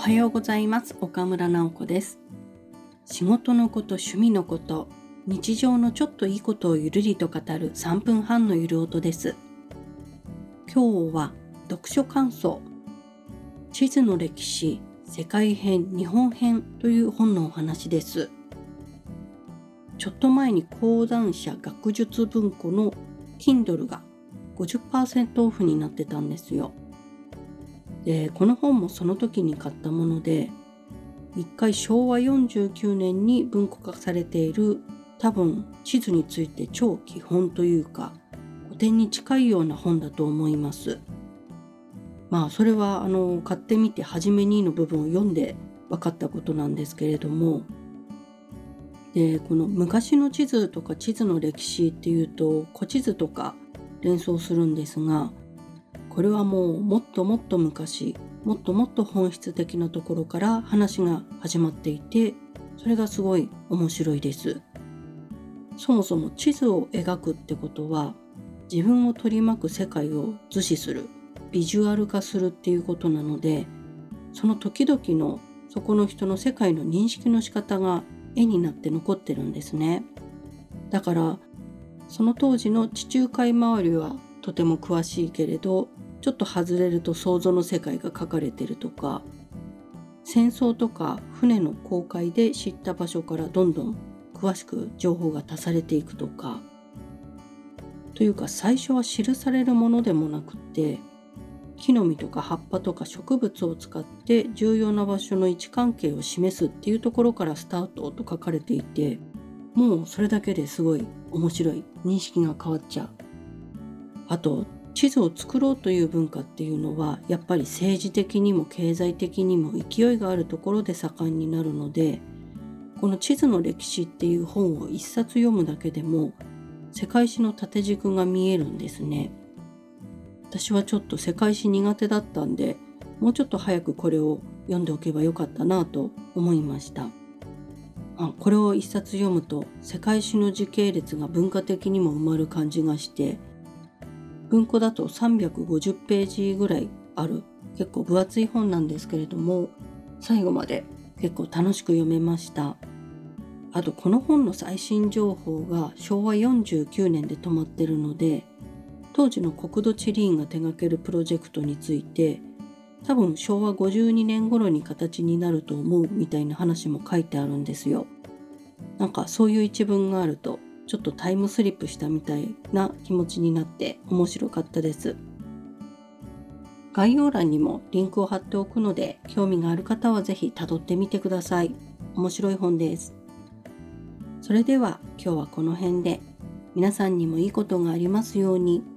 はようございます。岡村直子です。仕事のこと、趣味のこと、日常のちょっといいことをゆるりと語る3分半のゆる音です。今日は読書感想、地図の歴史、世界編、日本編という本のお話です。ちょっと前に講談社学術文庫の Kindle が 50% オフになってたんですよ。で、この本もその時に買ったもので、一回昭和49年に文庫化されている多分地図について超基本というか古典に近いような本だと思います。それは買ってみて初めにの部分を読んで分かったことなんですけれども、でこの昔の地図とか地図の歴史っていうと古地図とか連想するんですが、これはもっともっと昔、もっともっと本質的なところから話が始まっていて、それがすごい面白いです。そもそも地図を描くってことは、自分を取り巻く世界を図示する、ビジュアル化するっていうことなので、その時々のそこの人の世界の認識の仕方が絵になって残ってるんですね。だから、その当時の地中海周りはとても詳しいけれど、ちょっと外れると想像の世界が書かれてるとか、戦争とか船の航海で知った場所からどんどん詳しく情報が足されていくとか、というか最初は記されるものでもなくって、木の実とか葉っぱとか植物を使って重要な場所の位置関係を示すっていうところからスタートと書かれていて、もうそれだけですごい面白い、認識が変わっちゃう。あと地図を作ろうという文化っていうのはやっぱり政治的にも経済的にも勢いがあるところで盛んになるので、この地図の歴史っていう本を一冊読むだけでも世界史の縦軸が見えるんですね。私はちょっと世界史苦手だったんで、もうちょっと早くこれを読んでおけばよかったなと思いました。これを一冊読むと世界史の時系列が文化的にも埋まる感じがして、文庫だと350ページぐらいある結構分厚い本なんですけれども、最後まで結構楽しく読めました。あとこの本の最新情報が昭和49年で止まってるので、当時の国土地理院が手掛けるプロジェクトについて多分昭和52年頃に形になると思うみたいな話も書いてあるんですよ。なんかそういう一文があるとちょっとタイムスリップしたみたいな気持ちになって面白かったです。概要欄にもリンクを貼っておくので、興味がある方はぜひ辿ってみてください。面白い本です。それでは今日はこの辺で、皆さんにもいいことがありますように。